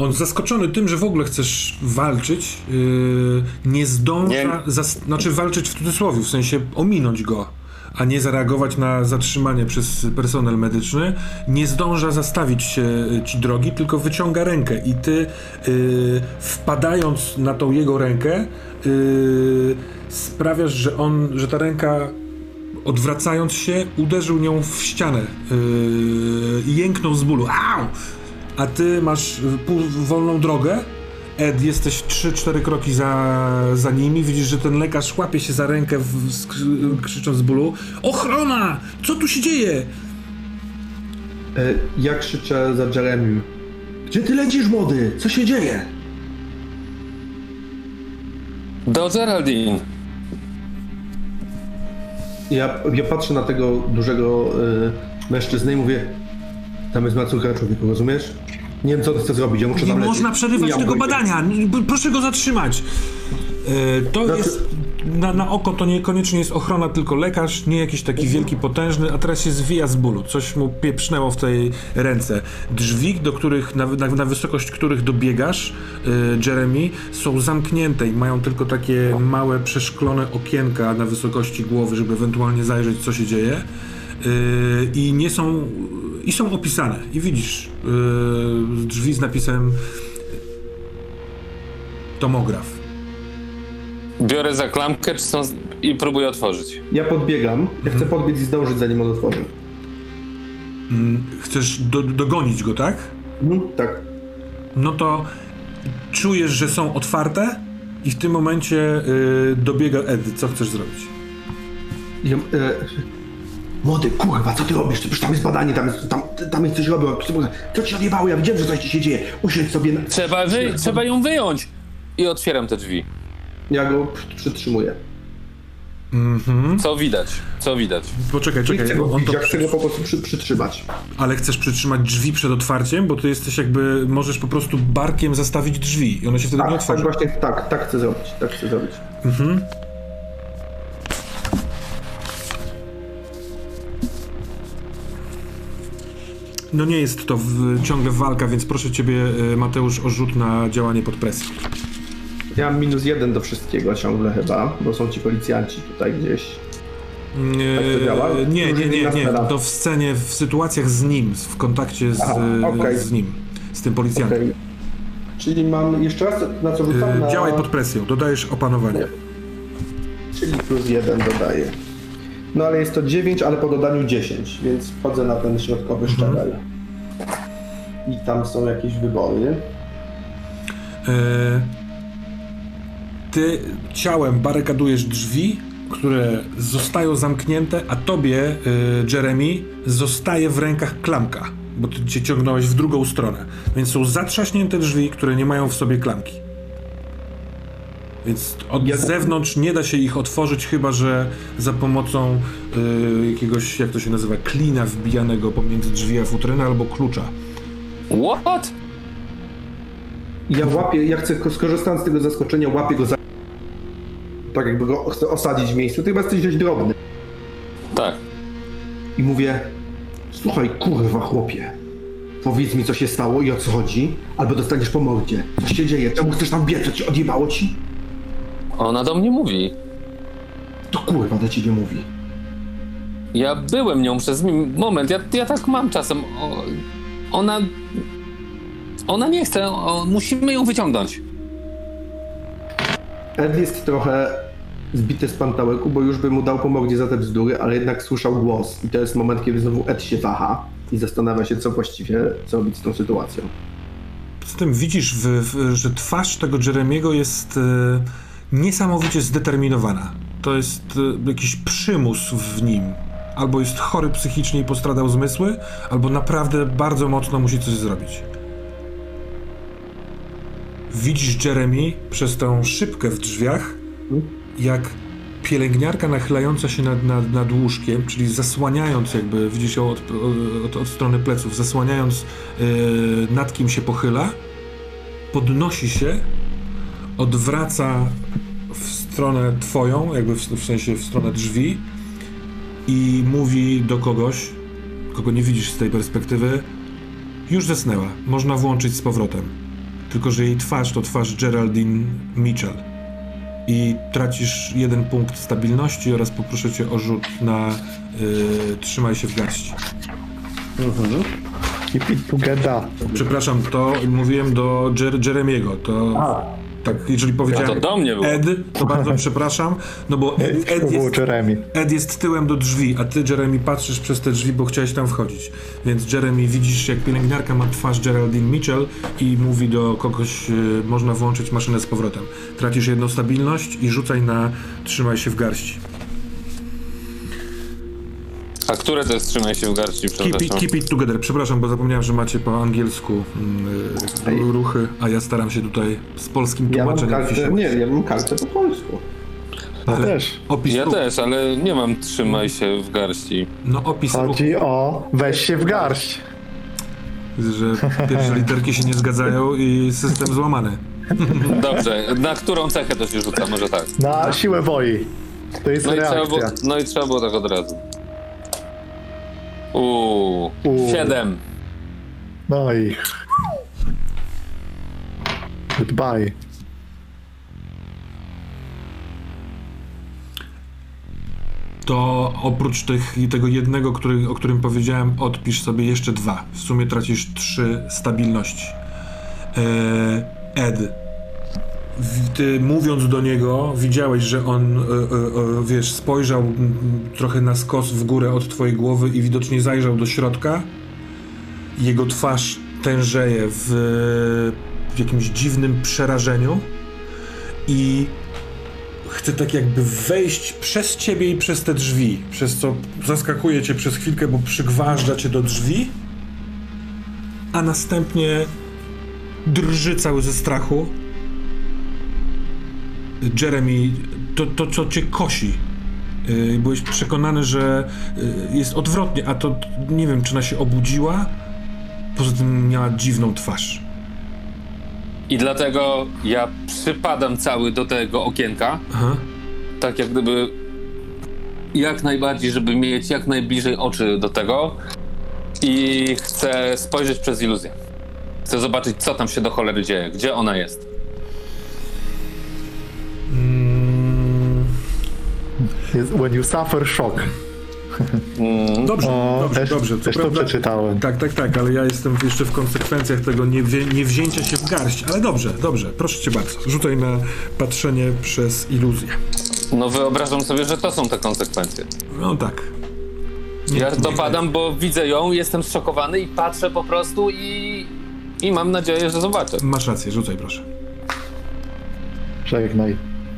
On zaskoczony tym, że w ogóle chcesz walczyć, nie zdąża, znaczy walczyć w cudzysłowie, w sensie ominąć go, a nie zareagować na zatrzymanie przez personel medyczny, nie zdąża zastawić się ci drogi, tylko wyciąga rękę i ty wpadając na tą jego rękę sprawiasz, że ta ręka odwracając się uderzył nią w ścianę i jęknął z bólu. Au! A ty masz wolną drogę. Ed, jesteś 3-4 kroki za nimi. Widzisz, że ten lekarz łapie się za rękę, krzycząc z bólu. Ochrona! Co tu się dzieje? Ja krzyczę za Jeremim. Gdzie ty lecisz, młody? Co się dzieje? Do Geraldine. Ja patrzę na tego dużego mężczyznę i mówię, tam jest moja córka, człowieku, rozumiesz? Nie wiem, co ty chcesz zrobić, ja muszę tam Nie lecieć. można przerywać tego badania. Proszę go zatrzymać. To jest... Na oko to niekoniecznie jest ochrona, tylko lekarz, nie jakiś taki wielki, potężny, a teraz się zwija z bólu. Coś mu pieprznęło w tej ręce. Drzwi, do których, na wysokość których dobiegasz, Jeremy, są zamknięte i mają tylko takie małe, przeszklone okienka na wysokości głowy, żeby ewentualnie zajrzeć, co się dzieje. I nie są... I są opisane. I widzisz drzwi z napisem tomograf. Biorę za klamkę i próbuję otworzyć. Ja podbiegam, ja chcę podbiec i zdążyć, zanim on otworzy. Chcesz dogonić go, tak? Tak. No to czujesz, że są otwarte i w tym momencie dobiega Ed. Co chcesz zrobić? Ja, młody, kurwa, co ty robisz? Przecież tam jest badanie, tam jest coś robią. Co ci odjebało? Ja widziałem, że coś ci się dzieje. Usiądź sobie na... Trzeba ją wyjąć. I otwieram te drzwi. Ja go przytrzymuję. Co widać? Poczekaj, Ja chcę go po prostu przytrzymać. Ale chcesz przytrzymać drzwi przed otwarciem? Bo ty jesteś jakby, możesz po prostu barkiem zastawić drzwi i one się wtedy nie otworzą. Tak chcę zrobić. No nie jest to ciągle walka, więc proszę ciebie, Mateusz, o rzut na działanie pod presją. Ja mam -1 do wszystkiego ciągle chyba, bo są ci policjanci tutaj gdzieś. Tak to działa? Nie. To w scenie, w sytuacjach z nim, w kontakcie z nim, z tym policjantem. Okay. Czyli mam jeszcze raz na co rzucam? Działaj pod presją, dodajesz opanowanie. Czyli +1 dodaję. No ale jest to 9, ale po dodaniu 10, więc wchodzę na ten środkowy szczebel. I tam są jakieś wybory. Ty ciałem barykadujesz drzwi, które zostają zamknięte, a tobie, Jeremy, zostaje w rękach klamka, bo ty cię ciągnąłeś w drugą stronę. Więc są zatrzaśnięte drzwi, które nie mają w sobie klamki. Więc od zewnątrz nie da się ich otworzyć, chyba że za pomocą jakiegoś, jak to się nazywa, klina wbijanego pomiędzy drzwi a futrynę albo klucza. What? Ja chcę, skorzystając z tego zaskoczenia, łapię go za... Tak jakby go chcę osadzić w miejscu. Ty chyba jesteś dość drobny. Tak. I mówię, słuchaj, kurwa chłopie, powiedz mi, co się stało i o co chodzi, albo dostaniesz po mordzie. Co się dzieje? Czemu chcesz tam biec? Co ci odjebało ci? Ona do mnie mówi. To kurwa do ciebie mówi. Ja byłem nią przez moment. Ja tak mam czasem. Ona nie chce. Musimy ją wyciągnąć. Ed jest trochę zbity z pantałyku, bo już by mu dał po mordzie za te bzdury, ale jednak słyszał głos. I to jest moment, kiedy znowu Ed się waha i zastanawia się, co właściwie zrobić z tą sytuacją. Poza tym widzisz, że twarz tego Jeremiego jest niesamowicie zdeterminowana. To jest jakiś przymus w nim. Albo jest chory psychicznie i postradał zmysły, albo naprawdę bardzo mocno musi coś zrobić. Widzisz Jeremy przez tą szybkę w drzwiach, jak pielęgniarka nachylająca się nad łóżkiem, czyli zasłaniając jakby, widzisz ją od strony pleców, zasłaniając nad kim się pochyla, podnosi się, odwraca w stronę twoją, jakby w sensie w stronę drzwi i mówi do kogoś, kogo nie widzisz z tej perspektywy, już zasnęła, można włączyć z powrotem. tylko że jej twarz to twarz Geraldine Mitchell. I tracisz 1 punkt stabilności oraz poproszę cię o rzut na trzymaj się w garści. Keep it together. Przepraszam, to mówiłem do Jeremiego, to... Tak, jeżeli powiedziałem A to do mnie było. Ed, to bardzo przepraszam, no bo Ed jest tyłem do drzwi, a ty, Jeremy, patrzysz przez te drzwi, bo chciałeś tam wchodzić. Więc, Jeremy, widzisz, jak pielęgniarka ma twarz Geraldine Mitchell i mówi do kogoś, można włączyć maszynę z powrotem. Tracisz 1 stabilność i rzucaj na trzymaj się w garści. A które to jest trzymaj się w garści, przepraszam? Keep it together. Przepraszam, bo zapomniałem, że macie po angielsku ruchy, a ja staram się tutaj z polskim tłumaczeniem ja mam kartę po polsku. Opis ruchu. Też, ale nie mam trzymaj się w garści. No opis Chodzi o weź się w garść. że pierwsze literki się nie zgadzają i system złamany. Dobrze, na którą cechę to się rzuca? Może tak. Na siłę woli. To jest reakcja. I trzeba było tak od razu. 7. No i... Goodbye. To oprócz tego jednego, o którym powiedziałem, odpisz sobie jeszcze 2. W sumie tracisz 3 stabilności. Ed, ty mówiąc do niego, widziałeś, że on, wiesz, spojrzał trochę na skos w górę od twojej głowy i widocznie zajrzał do środka. Jego twarz tężeje w jakimś dziwnym przerażeniu i chce tak jakby wejść przez ciebie i przez te drzwi, przez co zaskakuje cię przez chwilkę, bo przygważdża cię do drzwi, a następnie drży cały ze strachu. Jeremy, to co cię kosi. Byłeś przekonany, że jest odwrotnie, a to nie wiem, czy ona się obudziła. Poza tym miała dziwną twarz. I dlatego ja przypadam cały do tego okienka. Aha. Tak jak gdyby jak najbardziej, żeby mieć jak najbliżej oczy do tego. I chcę spojrzeć przez iluzję. Chcę zobaczyć, co tam się do cholery dzieje. Gdzie ona jest. When you suffer shock. Dobrze. Też to przeczytałem. Tak, ale ja jestem jeszcze w konsekwencjach tego nie wzięcia się w garść. Ale dobrze, proszę cię bardzo. Rzucaj na patrzenie przez iluzję. No wyobrażam sobie, że to są te konsekwencje. No tak. Ja dopadam, bo widzę ją, jestem zszokowany i patrzę po prostu i mam nadzieję, że zobaczę. Masz rację, rzucaj proszę. Żegnaj.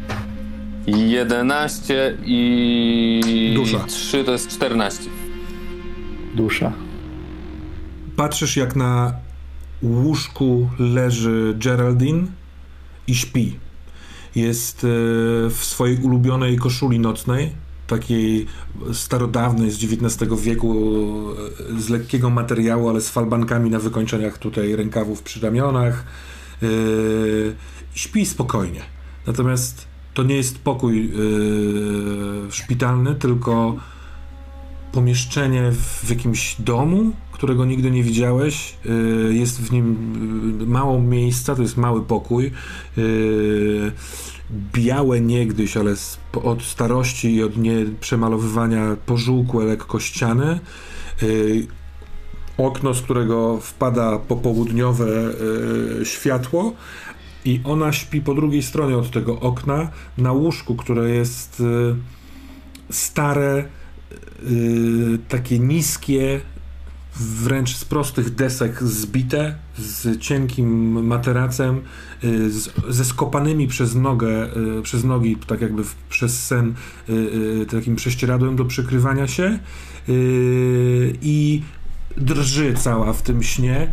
11 i... Dusza. 3 to jest 14. Dusza. Patrzysz, jak na łóżku leży Geraldine i śpi. Jest w swojej ulubionej koszuli nocnej, takiej starodawnej z XIX wieku, z lekkiego materiału, ale z falbankami na wykończeniach tutaj rękawów przy ramionach. Śpi spokojnie. Natomiast to nie jest pokój szpitalny, tylko pomieszczenie w jakimś domu, którego nigdy nie widziałeś. Jest w nim mało miejsca, to jest mały pokój. Białe niegdyś, ale od starości i od przemalowywania pożółkłe lekko ściany. Okno, z którego wpada popołudniowe światło. I ona śpi po drugiej stronie od tego okna, na łóżku, które jest stare, takie niskie, wręcz z prostych desek zbite, z cienkim materacem, ze skopanymi przez nogi, tak jakby przez sen, takim prześcieradłem do przykrywania się. I drży cała w tym śnie,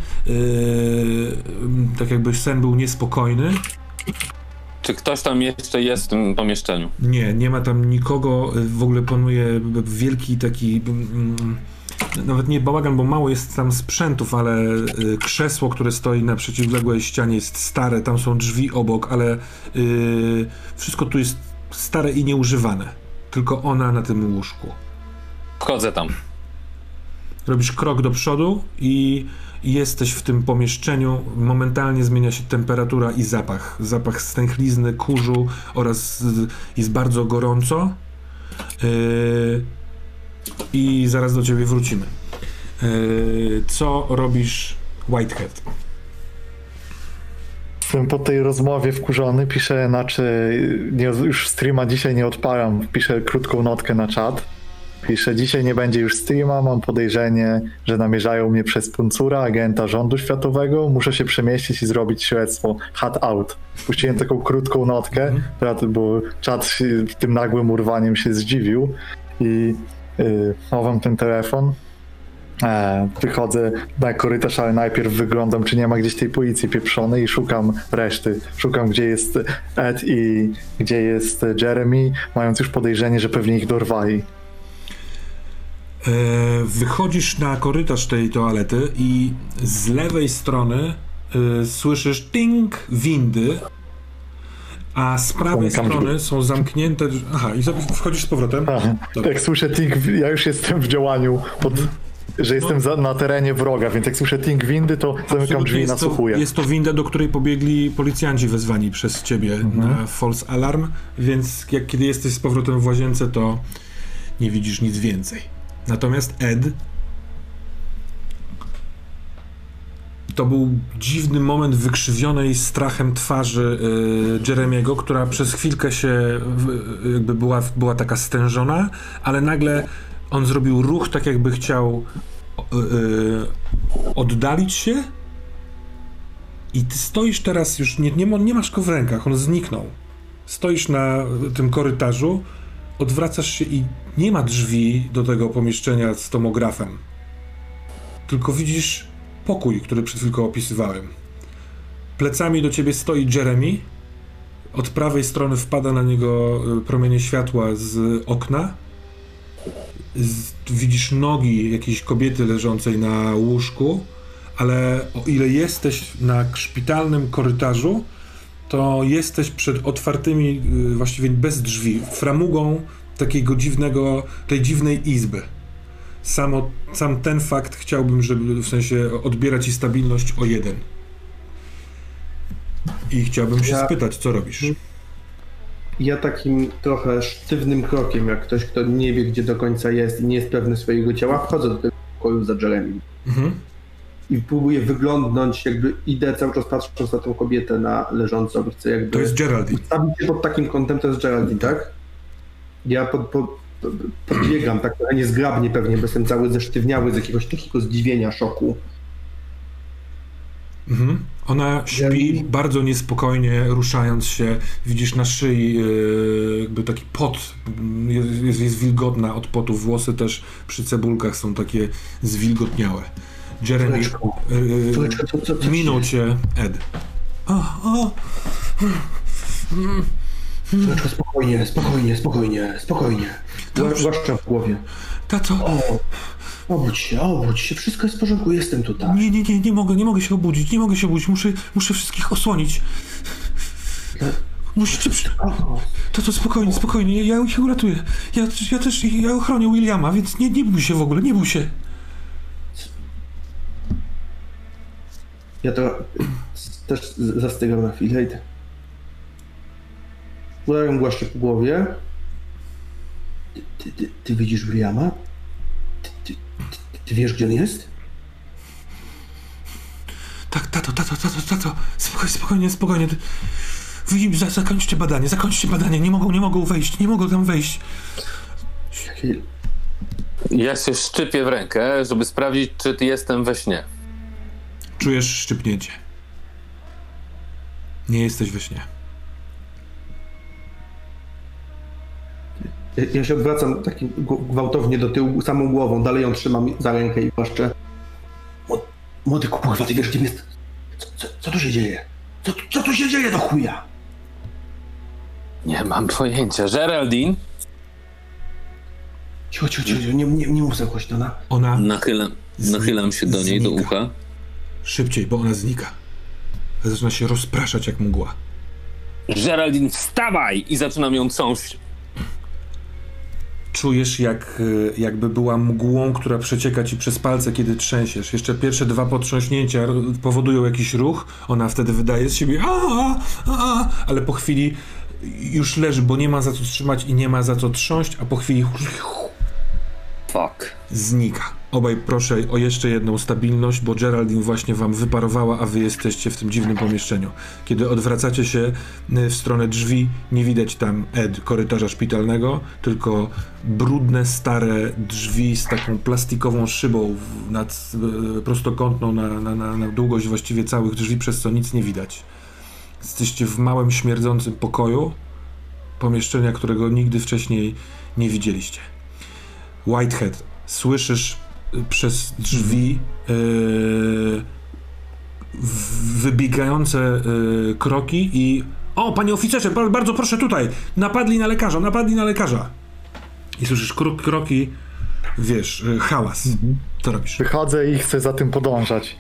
tak jakby sen był niespokojny. Czy ktoś tam jeszcze jest w tym pomieszczeniu? Nie ma tam nikogo, w ogóle panuje wielki taki, nawet nie bałagan, bo mało jest tam sprzętów, ale krzesło, które stoi na przeciwległej ścianie jest stare, tam są drzwi obok, ale wszystko tu jest stare i nieużywane. Tylko ona na tym łóżku. Wchodzę tam. robisz krok do przodu i jesteś w tym pomieszczeniu. Momentalnie zmienia się temperatura i zapach. Zapach stęchlizny, kurzu oraz jest bardzo gorąco. I zaraz do ciebie wrócimy. Co robisz, Whitehead? Jestem po tej rozmowie wkurzony, piszę, już streama dzisiaj nie odpalam, piszę krótką notkę na czat. Piszę, dzisiaj nie będzie już streama, mam podejrzenie, że namierzają mnie przez Puncura, agenta rządu światowego, muszę się przemieścić i zrobić śledztwo. Hat out. Puściłem taką krótką notkę, bo czat tym nagłym urwaniem się zdziwił i chowam ten telefon. Wychodzę na korytarz, ale najpierw wyglądam, czy nie ma gdzieś tej policji pieprzonej i szukam reszty. Szukam, gdzie jest Ed i gdzie jest Jeremy, mając już podejrzenie, że pewnie ich dorwali. Wychodzisz na korytarz tej toalety i z lewej strony słyszysz ting windy, a z prawej strony są zamknięte... Aha, i wchodzisz z powrotem? Jak słyszę ting, ja już jestem w działaniu, że jestem na terenie wroga, więc jak słyszę ting windy, to zamykam drzwi i nasłuchuję. Jest to winda, do której pobiegli policjanci wezwani przez ciebie na false alarm, więc kiedy jesteś z powrotem w łazience, to nie widzisz nic więcej. Natomiast Ed, to był dziwny moment wykrzywionej strachem twarzy Jeremiego, która przez chwilkę się jakby była taka stężona, ale nagle on zrobił ruch, tak jakby chciał oddalić się i ty stoisz teraz już, nie masz go w rękach, on zniknął. Stoisz na tym korytarzu, odwracasz się i nie ma drzwi do tego pomieszczenia z tomografem. Tylko widzisz pokój, który przed chwilką opisywałem. Plecami do ciebie stoi Jeremy. Od prawej strony wpada na niego promienie światła z okna. Widzisz nogi jakiejś kobiety leżącej na łóżku, ale o ile jesteś na szpitalnym korytarzu, to jesteś przed otwartymi, właściwie bez drzwi, framugą tej dziwnej izby. Sam ten fakt chciałbym, żeby w sensie odbierać ci stabilność o 1. I chciałbym się spytać, co robisz? Ja takim trochę sztywnym krokiem, jak ktoś, kto nie wie, gdzie do końca jest i nie jest pewny swojego ciała, wchodzę do tego pokoju za Jeremy. I próbuję wyglądnąć, jakby idę cały czas patrząc na tą kobietę leżącą. Chcę jakby... To jest Geraldine. Ustawić się pod takim kątem, to jest Geraldine, tak? Ja podbiegam tak trochę niezgrabnie pewnie, bo jestem cały zesztywniały z jakiegoś takiego zdziwienia, szoku. Ona śpi bardzo niespokojnie, ruszając się. Widzisz na szyi jakby taki pot, jest wilgotna od potu. Włosy też przy cebulkach są takie zwilgotniałe. Jeremy, minął cię Ed. Spokojnie. Zwłaszcza w głowie. Tato. Obudź się, wszystko jest w porządku, jestem tutaj. Nie mogę się obudzić, muszę wszystkich osłonić. Musicie Tato, spokojnie, ja ich uratuję. Ja ochronię Williama, więc nie bój się w ogóle, nie bój się. Ja to też zastygam na chwilę i udaję głaszczę po głowie. Ty widzisz Williama? Ty wiesz, gdzie on jest? Tak, tato, spokojnie. Zakończcie badanie, nie mogą tam wejść. Ja się szczypię w rękę, żeby sprawdzić, czy jestem we śnie. Czujesz szczypnięcie. Nie jesteś we śnie. Ja się odwracam takim gwałtownie do tyłu, samą głową, dalej ją trzymam za rękę i płaszczę. Młody kurwa, ty wiesz, gdzie jest? Co tu się dzieje? Co tu się dzieje do chuja? Nie mam pojęcia. Geraldine? Cicho, nie mów za głośno. Ona Nachylam się do niej, znika. do ucha. Szybciej, bo ona znika. Zaczyna się rozpraszać jak mgła. Geraldine, wstawaj! I zaczynam ją trząść. czujesz jakby była mgłą, która przecieka ci przez palce, kiedy trzęsiesz. Jeszcze pierwsze 2 potrząśnięcia powodują jakiś ruch, ona wtedy wydaje z siebie ale po chwili już leży, bo nie ma za co trzymać i nie ma za co trząść, a po chwili Fuck. znika. Obaj proszę o jeszcze jedną stabilność, bo Geraldine właśnie wam wyparowała, a wy jesteście w tym dziwnym pomieszczeniu. Kiedy odwracacie się w stronę drzwi, nie widać tam korytarza szpitalnego, tylko brudne, stare drzwi z taką plastikową szybą prostokątną na długość właściwie całych drzwi, przez co nic nie widać. Jesteście w małym, śmierdzącym pokoju, pomieszczenia, którego nigdy wcześniej nie widzieliście. Whitehead, słyszysz przez drzwi wybiegające kroki i o, panie oficerze, bardzo proszę tutaj, napadli na lekarza. I słyszysz kroki, wiesz, hałas. Co robisz? Wychodzę i chcę za tym podążać.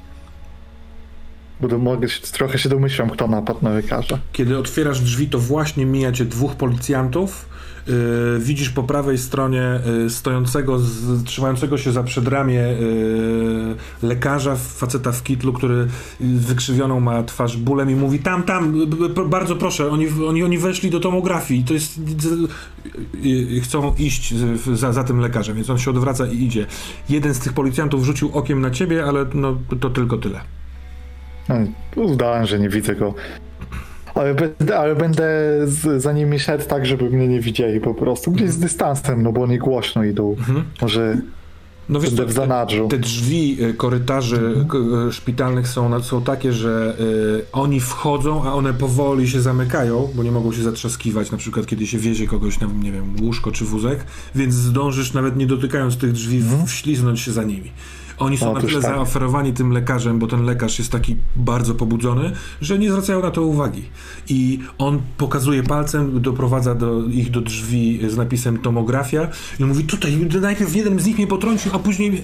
Trochę się domyślam, kto napadł na lekarza. Kiedy otwierasz drzwi, to właśnie mija cię 2 policjantów. Widzisz po prawej stronie stojącego, trzymającego się za przedramię lekarza, faceta w kitlu, który wykrzywioną ma twarz bólem i mówi tam, bardzo proszę, oni weszli do tomografii, to jest, chcą iść za tym lekarzem, więc on się odwraca i idzie. Jeden z tych policjantów rzucił okiem na ciebie, ale no, to tylko tyle. Udałem, że nie widzę go. Ale będę za nimi szedł tak, żeby mnie nie widzieli po prostu. Gdzieś z dystansem, no bo oni głośno idą. Może no wiesz będę co, w zanadrzu. te drzwi korytarzy szpitalnych są takie, że oni wchodzą, a one powoli się zamykają, bo nie mogą się zatrzaskiwać, na przykład kiedy się wiezie kogoś na, nie wiem, łóżko czy wózek, więc zdążysz, nawet nie dotykając tych drzwi, wśliznąć się za nimi. Oni są na tyle zaoferowani tym lekarzem, bo ten lekarz jest taki bardzo pobudzony, że nie zwracają na to uwagi. I on pokazuje palcem, doprowadza ich do drzwi z napisem tomografia i mówi, tutaj najpierw jeden z nich mnie potrącił, a później...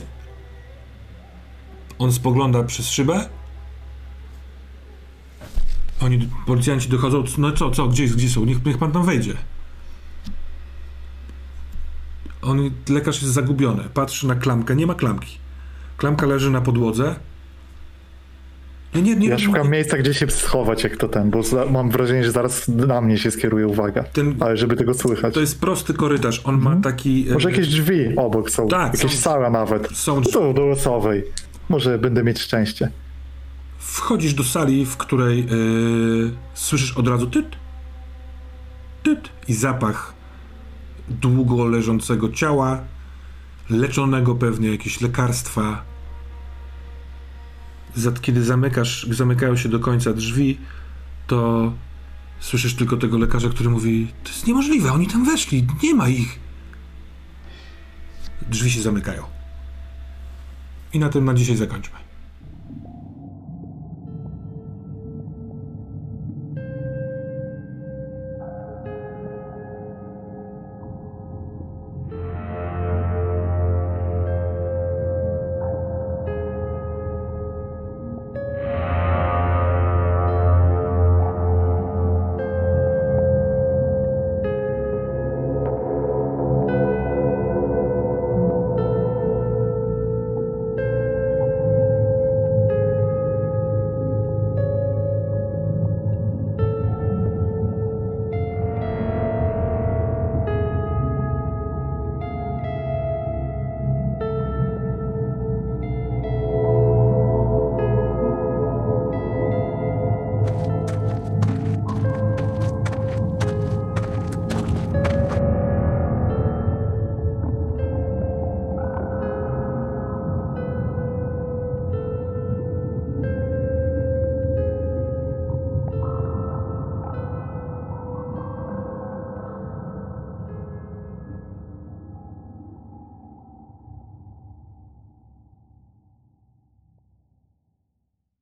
On spogląda przez szybę. Policjanci dochodzą, no co, gdzie są? Niech pan tam wejdzie. Lekarz jest zagubiony, patrzy na klamkę, nie ma klamki. Klamka leży na podłodze. Ja szukam miejsca, gdzie się schować, jak to bo mam wrażenie, że zaraz na mnie się skieruje uwaga. Ale żeby tego słychać. To jest prosty korytarz, on ma taki... Może jakieś drzwi obok są, tak, jakieś sala nawet. Są do losowej. Może będę mieć szczęście. Wchodzisz do sali, w której słyszysz od razu tyt i zapach długo leżącego ciała, leczonego pewnie, jakieś lekarstwa. Kiedy zamykają się do końca drzwi, to słyszysz tylko tego lekarza, który mówi, to jest niemożliwe, oni tam weszli, nie ma ich. Drzwi się zamykają. I na tym na dzisiaj zakończmy.